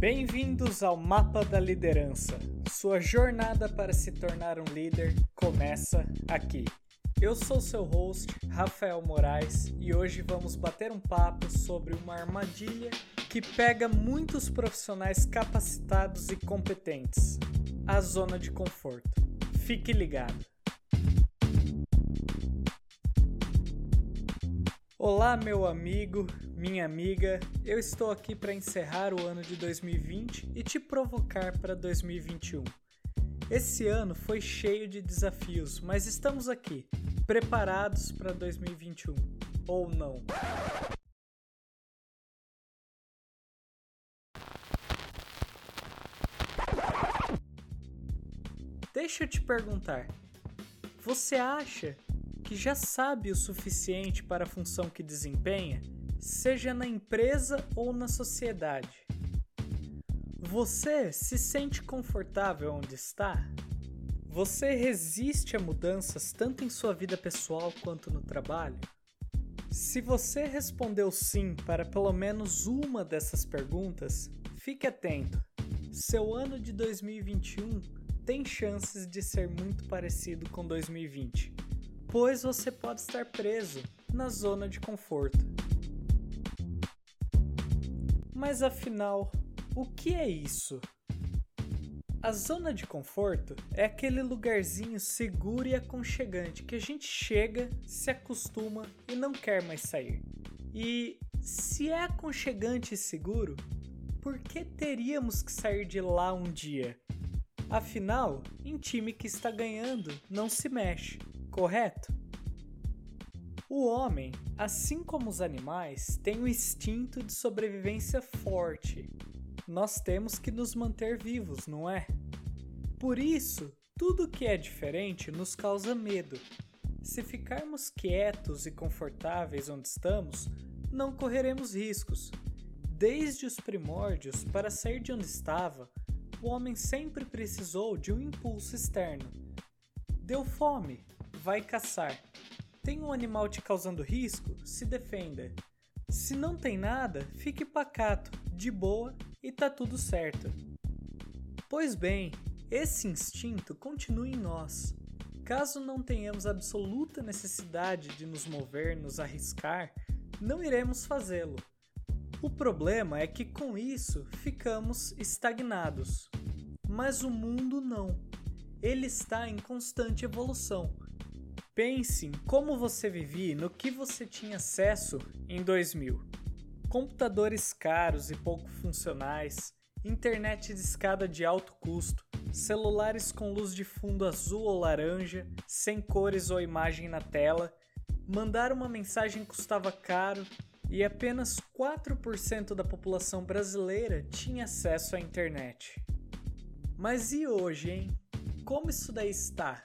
Bem-vindos ao Mapa da Liderança. Sua jornada para se tornar um líder começa aqui. Eu sou seu host, Rafael Moraes, e hoje vamos bater um papo sobre uma armadilha que pega muitos profissionais capacitados e competentes: a zona de conforto. Fique ligado. Olá, meu amigo, minha amiga, eu estou aqui para encerrar o ano de 2020 e te provocar para 2021. Esse ano foi cheio de desafios, mas estamos aqui, preparados para 2021, ou não? Deixa eu te perguntar, você acha que já sabe o suficiente para a função que desempenha, seja na empresa ou na sociedade? Você se sente confortável onde está? Você resiste a mudanças tanto em sua vida pessoal quanto no trabalho? Se você respondeu sim para pelo menos uma dessas perguntas, fique atento. Seu ano de 2021 tem chances de ser muito parecido com 2020. Pois você pode estar preso na zona de conforto. Mas afinal, o que é isso? A zona de conforto é aquele lugarzinho seguro e aconchegante que a gente chega, se acostuma e não quer mais sair. E se é aconchegante e seguro, por que teríamos que sair de lá um dia? Afinal, em time que está ganhando não se mexe. Correto? O homem, assim como os animais, tem um instinto de sobrevivência forte. Nós temos que nos manter vivos, não é? Por isso, tudo que é diferente nos causa medo. Se ficarmos quietos e confortáveis onde estamos, não correremos riscos. Desde os primórdios, para sair de onde estava, o homem sempre precisou de um impulso externo. Deu fome? Vai caçar. Tem um animal te causando risco? Se defenda. Se não tem nada, fique pacato, de boa e tá tudo certo. Pois bem, esse instinto continua em nós. Caso não tenhamos absoluta necessidade de nos mover, nos arriscar, não iremos fazê-lo. O problema é que com isso ficamos estagnados. Mas o mundo não. Ele está em constante evolução. Pense em como você vivia e no que você tinha acesso em 2000. Computadores caros e pouco funcionais, internet discada de alto custo, celulares com luz de fundo azul ou laranja, sem cores ou imagem na tela, mandar uma mensagem custava caro e apenas 4% da população brasileira tinha acesso à internet. Mas e hoje, hein? Como isso daí está?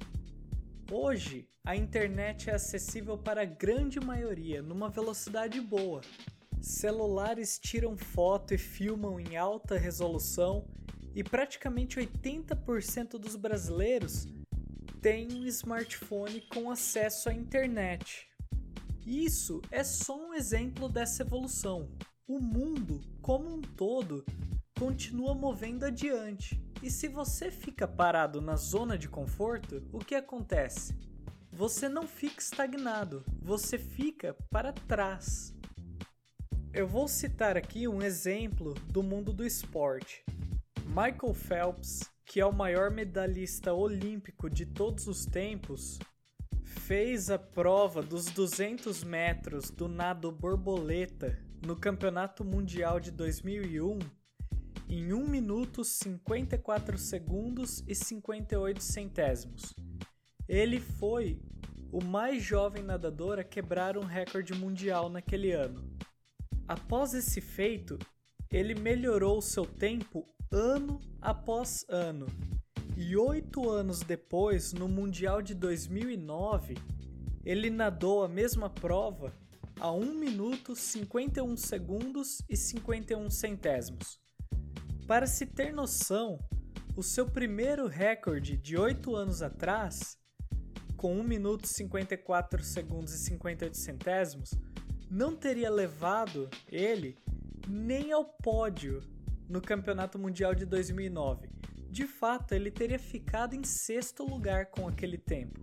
Hoje, a internet é acessível para a grande maioria numa velocidade boa. Celulares tiram foto e filmam em alta resolução e praticamente 80% dos brasileiros têm um smartphone com acesso à internet. Isso é só um exemplo dessa evolução. O mundo, como um todo, continua movendo adiante. E se você fica parado na zona de conforto, o que acontece? Você não fica estagnado, você fica para trás. Eu vou citar aqui um exemplo do mundo do esporte. Michael Phelps, que é o maior medalhista olímpico de todos os tempos, fez a prova dos 200 metros do nado borboleta no Campeonato Mundial de 2001 em 1 minuto 54 segundos e 58 centésimos. Ele foi o mais jovem nadador a quebrar um recorde mundial naquele ano. Após esse feito, ele melhorou seu tempo ano após ano. E 8 anos depois, no Mundial de 2009, ele nadou a mesma prova a 1 minuto 51 segundos e 51 centésimos. Para se ter noção, o seu primeiro recorde de 8 anos atrás, com 1 minuto 54 segundos e 58 centésimos, não teria levado ele nem ao pódio no Campeonato Mundial de 2009. De fato, ele teria ficado em 6º lugar com aquele tempo.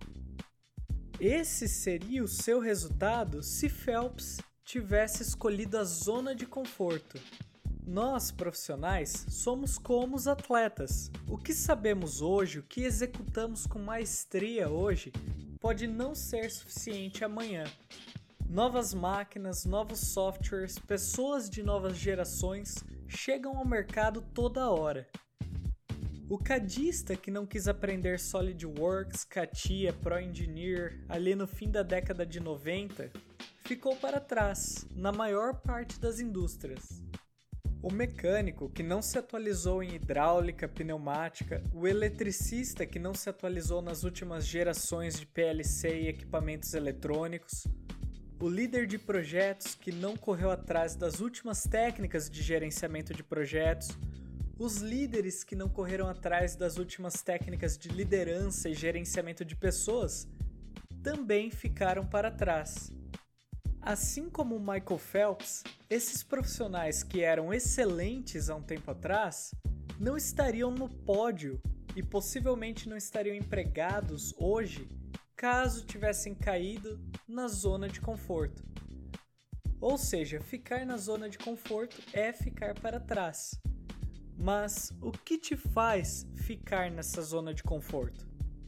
Esse seria o seu resultado se Phelps tivesse escolhido a zona de conforto. Nós, profissionais, somos como os atletas. O que sabemos hoje, o que executamos com maestria hoje, pode não ser suficiente amanhã. Novas máquinas, novos softwares, pessoas de novas gerações chegam ao mercado toda hora. O cadista que não quis aprender SolidWorks, CATIA, ProEngineer ali no fim da década de 90 ficou para trás, na maior parte das indústrias. O mecânico que não se atualizou em hidráulica, pneumática, o eletricista que não se atualizou nas últimas gerações de PLC e equipamentos eletrônicos, o líder de projetos que não correu atrás das últimas técnicas de gerenciamento de projetos, os líderes que não correram atrás das últimas técnicas de liderança e gerenciamento de pessoas, também ficaram para trás. Assim como Michael Phelps, esses profissionais que eram excelentes há um tempo atrás não estariam no pódio e possivelmente não estariam empregados hoje caso tivessem caído na zona de conforto. Ou seja, ficar na zona de conforto é ficar para trás. Mas o que te faz ficar nessa zona de conforto?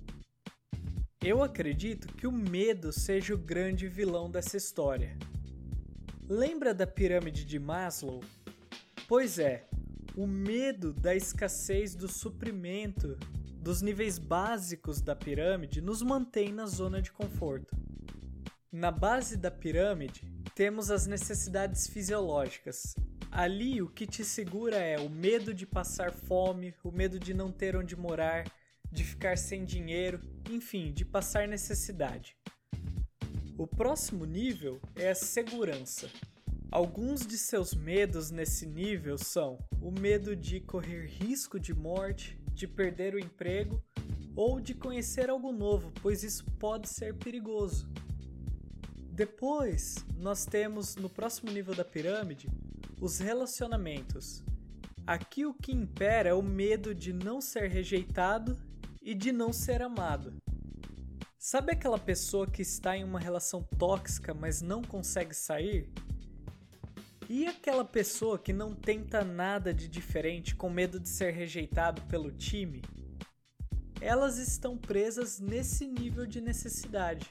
Eu acredito que o medo seja o grande vilão dessa história. Lembra da pirâmide de Maslow? Pois é, o medo da escassez do suprimento dos níveis básicos da pirâmide nos mantém na zona de conforto. Na base da pirâmide, temos as necessidades fisiológicas. Ali o que te segura é o medo de passar fome, o medo de não ter onde morar, de ficar sem dinheiro, enfim, de passar necessidade. O próximo nível é a segurança. Alguns de seus medos nesse nível são o medo de correr risco de morte, de perder o emprego ou de conhecer algo novo, pois isso pode ser perigoso. Depois, nós temos no próximo nível da pirâmide os relacionamentos. Aqui o que impera é o medo de não ser rejeitado e de não ser amado. Sabe aquela pessoa que está em uma relação tóxica, mas não consegue sair? E aquela pessoa que não tenta nada de diferente com medo de ser rejeitado pelo time? Elas estão presas nesse nível de necessidade.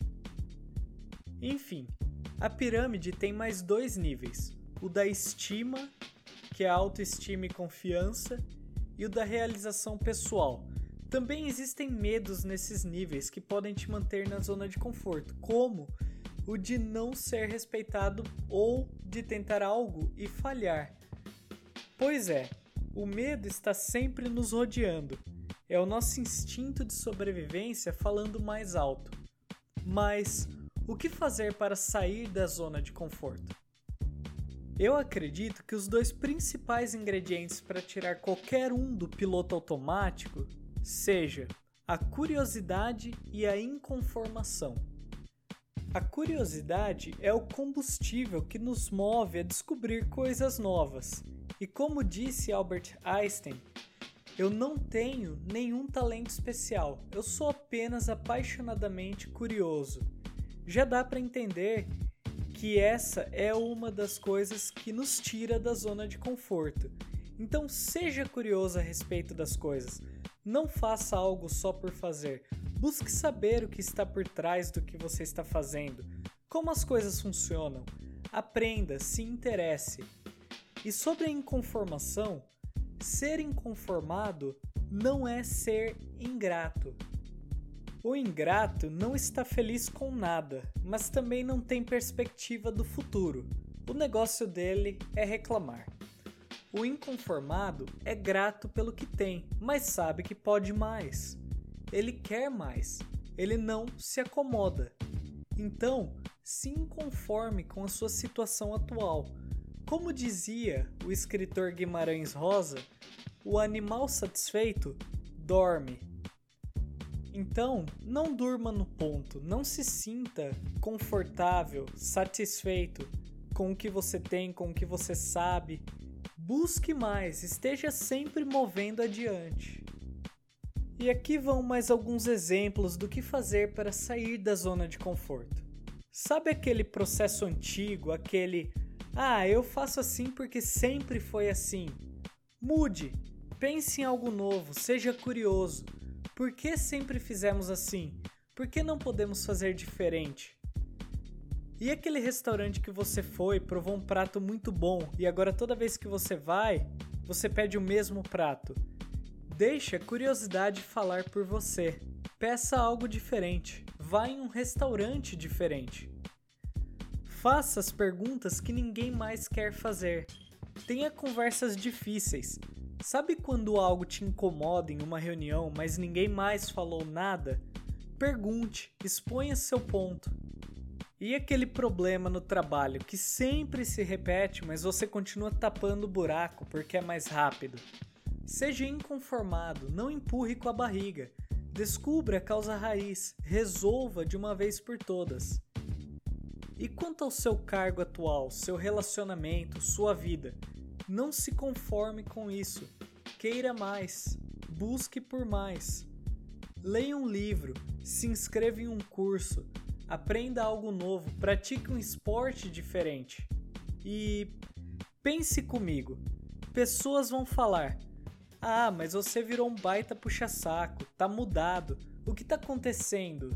Enfim, a pirâmide tem mais 2 níveis. O da estima, que é a autoestima e confiança, e o da realização pessoal. Também existem medos nesses níveis que podem te manter na zona de conforto, como o de não ser respeitado ou de tentar algo e falhar. Pois é, o medo está sempre nos rodeando. É o nosso instinto de sobrevivência falando mais alto. Mas o que fazer para sair da zona de conforto? Eu acredito que os 2 principais ingredientes para tirar qualquer um do piloto automático seja a curiosidade e a inconformação. A curiosidade é o combustível que nos move a descobrir coisas novas. E como disse Albert Einstein, eu não tenho nenhum talento especial, eu sou apenas apaixonadamente curioso. Já dá para entender que essa é uma das coisas que nos tira da zona de conforto. Então seja curioso a respeito das coisas. Não faça algo só por fazer. Busque saber o que está por trás do que você está fazendo, como as coisas funcionam. Aprenda, se interesse. E sobre a inconformação, ser inconformado não é ser ingrato. O ingrato não está feliz com nada, mas também não tem perspectiva do futuro. O negócio dele é reclamar. O inconformado é grato pelo que tem, mas sabe que pode mais. Ele quer mais. Ele não se acomoda. Então, se inconforme com a sua situação atual. Como dizia o escritor Guimarães Rosa, o animal satisfeito dorme. Então, não durma no ponto, não se sinta confortável, satisfeito com o que você tem, com o que você sabe. Busque mais, esteja sempre movendo adiante. E aqui vão mais alguns exemplos do que fazer para sair da zona de conforto. Sabe aquele processo antigo, aquele eu faço assim porque sempre foi assim? Mude, pense em algo novo, seja curioso. Por que sempre fizemos assim? Por que não podemos fazer diferente? E aquele restaurante que você foi, provou um prato muito bom e agora toda vez que você vai, você pede o mesmo prato. Deixe a curiosidade falar por você. Peça algo diferente. Vá em um restaurante diferente. Faça as perguntas que ninguém mais quer fazer. Tenha conversas difíceis. Sabe quando algo te incomoda em uma reunião, mas ninguém mais falou nada? Pergunte, exponha seu ponto. E aquele problema no trabalho que sempre se repete, mas você continua tapando o buraco porque é mais rápido? Seja inconformado, não empurre com a barriga. Descubra a causa raiz, resolva de uma vez por todas. E quanto ao seu cargo atual, seu relacionamento, sua vida? Não se conforme com isso. Queira mais. Busque por mais. Leia um livro, se inscreva em um curso, aprenda algo novo, pratique um esporte diferente. E pense comigo. Pessoas vão falar: mas você virou um baita puxa-saco, tá mudado, o que tá acontecendo?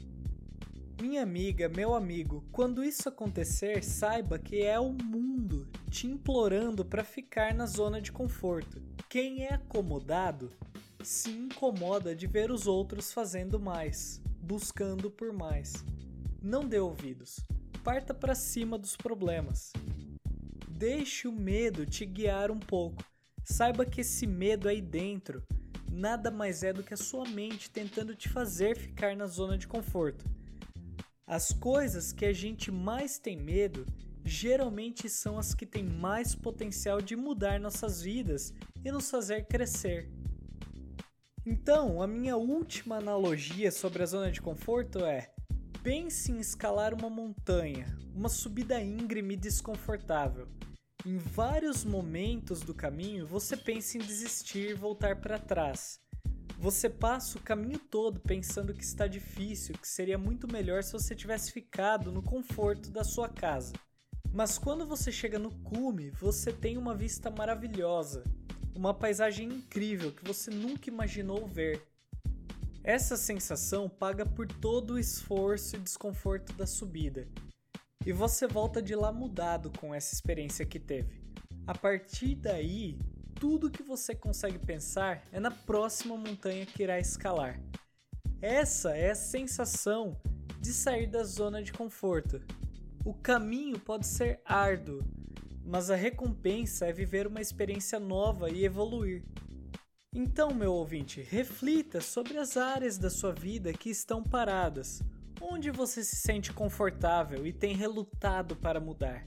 Minha amiga, meu amigo, quando isso acontecer, saiba que é o mundo te implorando para ficar na zona de conforto. Quem é acomodado se incomoda de ver os outros fazendo mais, buscando por mais. Não dê ouvidos, parta para cima dos problemas. Deixe o medo te guiar um pouco. Saiba que esse medo aí dentro nada mais é do que a sua mente tentando te fazer ficar na zona de conforto. As coisas que a gente mais tem medo geralmente são as que têm mais potencial de mudar nossas vidas e nos fazer crescer. Então, a minha última analogia sobre a zona de conforto é: pense em escalar uma montanha, uma subida íngreme e desconfortável. Em vários momentos do caminho, você pensa em desistir e voltar para trás. Você passa o caminho todo pensando que está difícil, que seria muito melhor se você tivesse ficado no conforto da sua casa. Mas quando você chega no cume, você tem uma vista maravilhosa, uma paisagem incrível que você nunca imaginou ver. Essa sensação paga por todo o esforço e desconforto da subida. E você volta de lá mudado com essa experiência que teve. A partir daí, tudo que você consegue pensar é na próxima montanha que irá escalar. Essa é a sensação de sair da zona de conforto. O caminho pode ser árduo, mas a recompensa é viver uma experiência nova e evoluir. Então, meu ouvinte, reflita sobre as áreas da sua vida que estão paradas, onde você se sente confortável e tem relutado para mudar.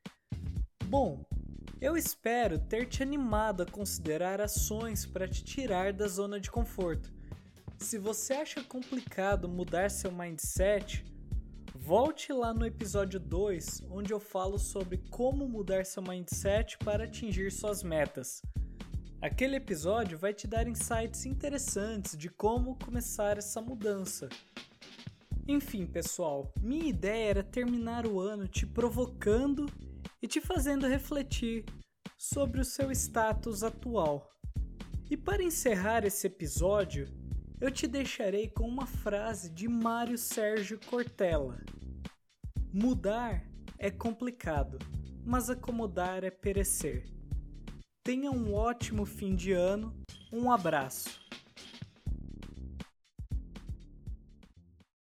Bom, eu espero ter te animado a considerar ações para te tirar da zona de conforto. Se você acha complicado mudar seu mindset, volte lá no episódio 2, onde eu falo sobre como mudar seu mindset para atingir suas metas. Aquele episódio vai te dar insights interessantes de como começar essa mudança. Enfim, pessoal, minha ideia era terminar o ano te provocando e te fazendo refletir sobre o seu status atual. E para encerrar esse episódio, eu te deixarei com uma frase de Mário Sérgio Cortella. Mudar é complicado, mas acomodar é perecer. Tenha um ótimo fim de ano, um abraço.